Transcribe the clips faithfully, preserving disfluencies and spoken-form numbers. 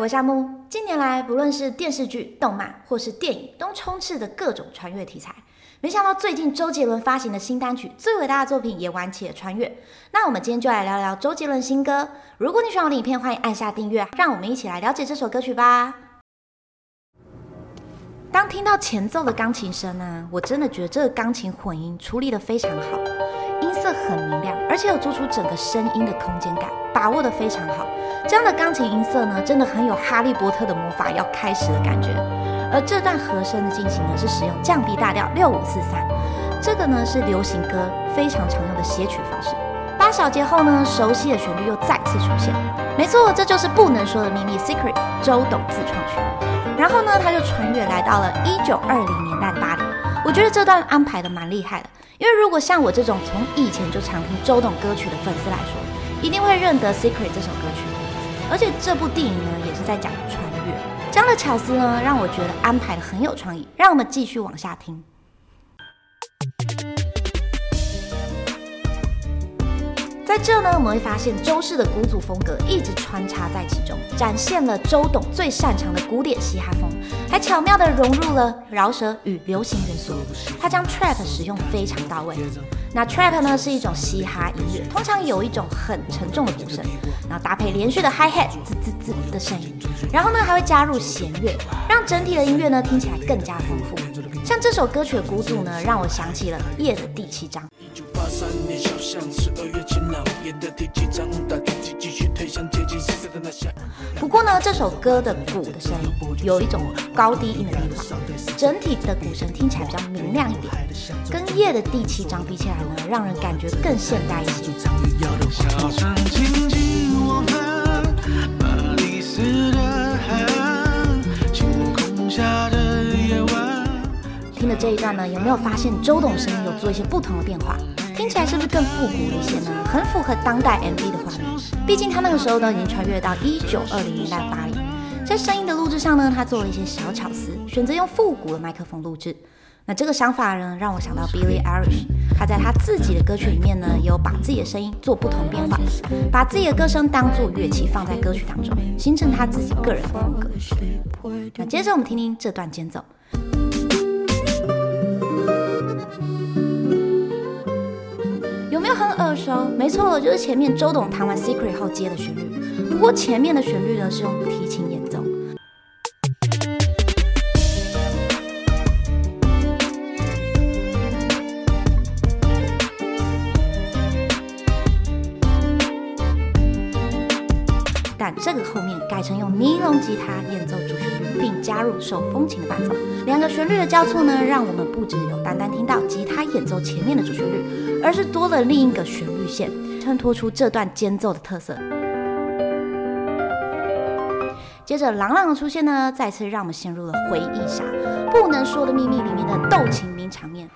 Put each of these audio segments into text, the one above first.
我夏木。近年来，不论是电视剧、动漫或是电影，都充斥着各种穿越题材。没想到最近周杰伦发行的新单曲《最伟大的作品》也玩起了穿越。那我们今天就来聊聊周杰伦新歌。如果你喜欢我的影片，欢迎按下订阅，让我们一起来了解这首歌曲吧。当听到前奏的钢琴声呢，我真的觉得这个钢琴混音处理得非常好，音色很明亮，而且有做出整个声音的空间感，把握得非常好。这样的钢琴音色呢，真的很有哈利波特的魔法要开始的感觉。而这段和声的进行呢，是使用降 B 大调六五四三，这个呢是流行歌非常常用的写曲方式。八小节后呢，熟悉的旋律又再次出现。没错，这就是不能说的秘密 Secret 周董自创曲。然后呢，他就穿越来到了一九二零年代的巴黎。我觉得这段安排的蛮厉害的，因为如果像我这种从以前就常听周董歌曲的粉丝来说，一定会认得 Secret 这首歌曲。而且这部电影呢，也是在讲穿越，这样的巧思呢，让我觉得安排的很有创意。让我们继续往下听。在这呢，我们会发现周氏的古组风格一直穿插在其中，展现了周董最擅长的古典嘻哈风，还巧妙地融入了饶舌与流行元素。他将 trap 使用非常到位。那 trap 呢是一种嘻哈音乐，通常有一种很沉重的鼓声，然后搭配连续的 hi hat 滋滋滋的声音，然后呢还会加入弦乐，让整体的音乐呢听起来更加丰富。像这首歌曲的鼓组呢，让我想起了《夜的第七章》。不过呢，这首歌的鼓的声音有一种高低音的变化，整体的鼓声听起来比较明亮一点，跟《夜的第七章》比起来呢，让人感觉更现代一些。听的这一段呢，有没有发现周董声音有做一些不同的变化？听起来是不是更复古了一些呢？很符合当代 M V 的画面。毕竟他那个时候呢，已经穿越到一九二零年代的巴黎。在声音的录制上呢，他做了一些小巧思，选择用复古的麦克风录制。那这个想法呢，让我想到 Billie Eilish， 他在他自己的歌曲里面呢，也有把自己的声音做不同变化，把自己的歌声当作乐器放在歌曲当中，形成他自己个人的风格。那接着我们听听这段间奏。有没有很耳熟？没错，就是前面周董弹完 Secret 后接的旋律。不过前面的旋律呢，是用提琴演奏。但这个后面改成用尼龙吉他演奏主旋律，并加入手风琴的伴奏。两个旋律的交错呢，让我们不只有单单听到吉他演奏前面的主旋律，而是多了另一个旋律线，衬托出这段间奏的特色。接着朗朗的出现呢，再次让我们陷入了回忆杀。不能说的秘密里面的斗琴名场面。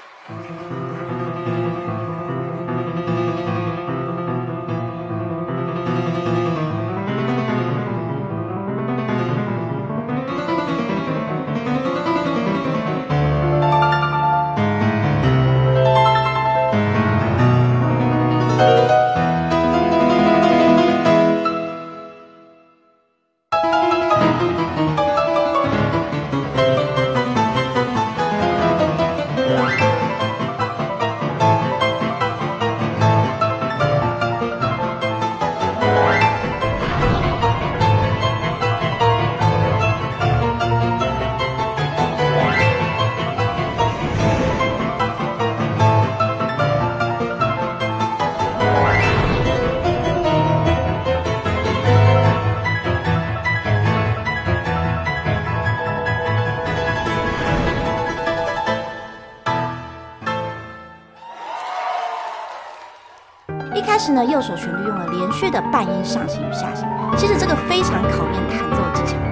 一开始呢，右手旋律用了连续的半音上行与下行，其实这个非常考验弹奏技巧。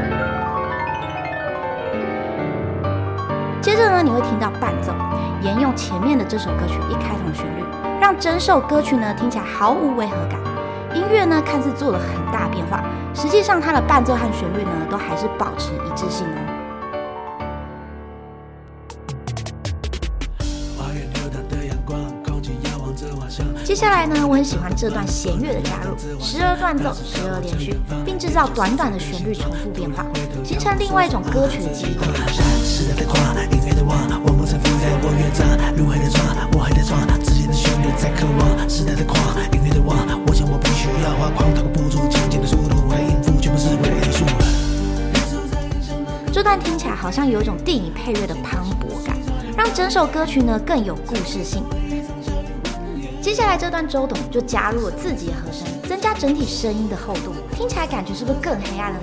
接着呢，你会听到伴奏沿用前面的这首歌曲一开头的旋律，让整首歌曲呢听起来毫无违和感。音乐呢看似做了很大变化，实际上它的伴奏和旋律呢都还是保持一致性哦。 接下来呢，我很喜欢这段弦乐的加入，时而断奏，时而连续，并制造短短的旋律重复变化，形成另外一种歌曲的记忆。时代在跨，音乐的网，我梦曾浮在我乐章，路还在闯，我还在闯，之前的旋律在渴望。时代在跨，音乐的网，我想我必须要画框，踏个步骤，渐渐的速度，我的音符全部是为了艺术。这段听起来好像有一种电影配乐的磅礴感，让整首歌曲呢更有故事性。接下来这段周董就加入了自己的和声，增加整体声音的厚度，听起来感觉是不是更黑暗了呢？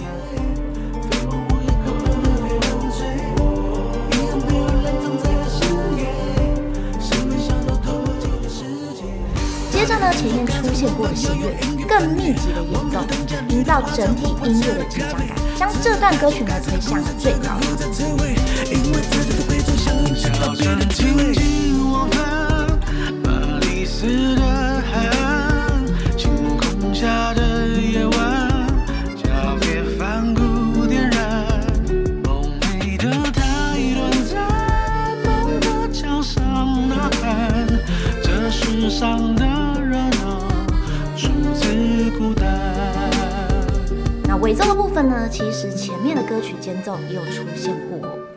接着呢，前面出现过的弦乐更密集的演奏，营造整体音乐的紧张感，将这段歌曲呢推向了最高潮。那尾奏的部分呢，其实前面的歌曲间奏也有出现过哦。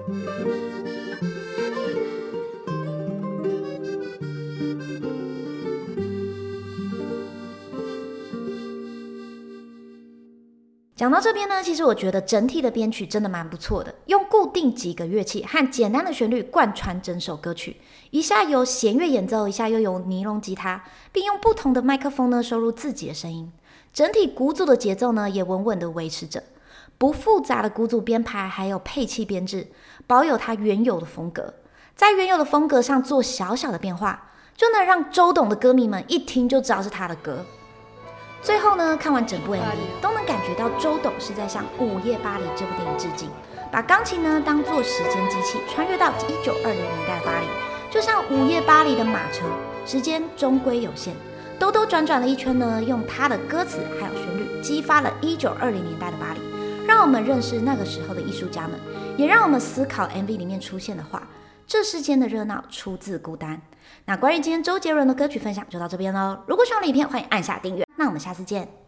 讲到这边呢，其实我觉得整体的编曲真的蛮不错的，用固定几个乐器和简单的旋律贯穿整首歌曲，一下由弦乐演奏，一下又由尼龙吉他，并用不同的麦克风呢收录自己的声音，整体鼓组的节奏呢也稳稳的维持着，不复杂的鼓组编排还有配器编制，保有它原有的风格，在原有的风格上做小小的变化，就能让周董的歌迷们一听就知道是他的歌。最后呢，看完整部 M V 都能感觉到周董是在向《午夜巴黎》这部电影致敬，把钢琴呢当作时间机器，穿越到一九二零年代的巴黎，就像《午夜巴黎》的马车，时间终归有限，兜兜转转了一圈呢，用他的歌词还有旋律，激发了一九二零年代的巴黎，让我们认识那个时候的艺术家们，也让我们思考 M V 里面出现的话：这世间的热闹出自孤单。那关于今天周杰伦的歌曲分享就到这边喽。如果喜欢我的影片，欢迎按下订阅。那我们下次见。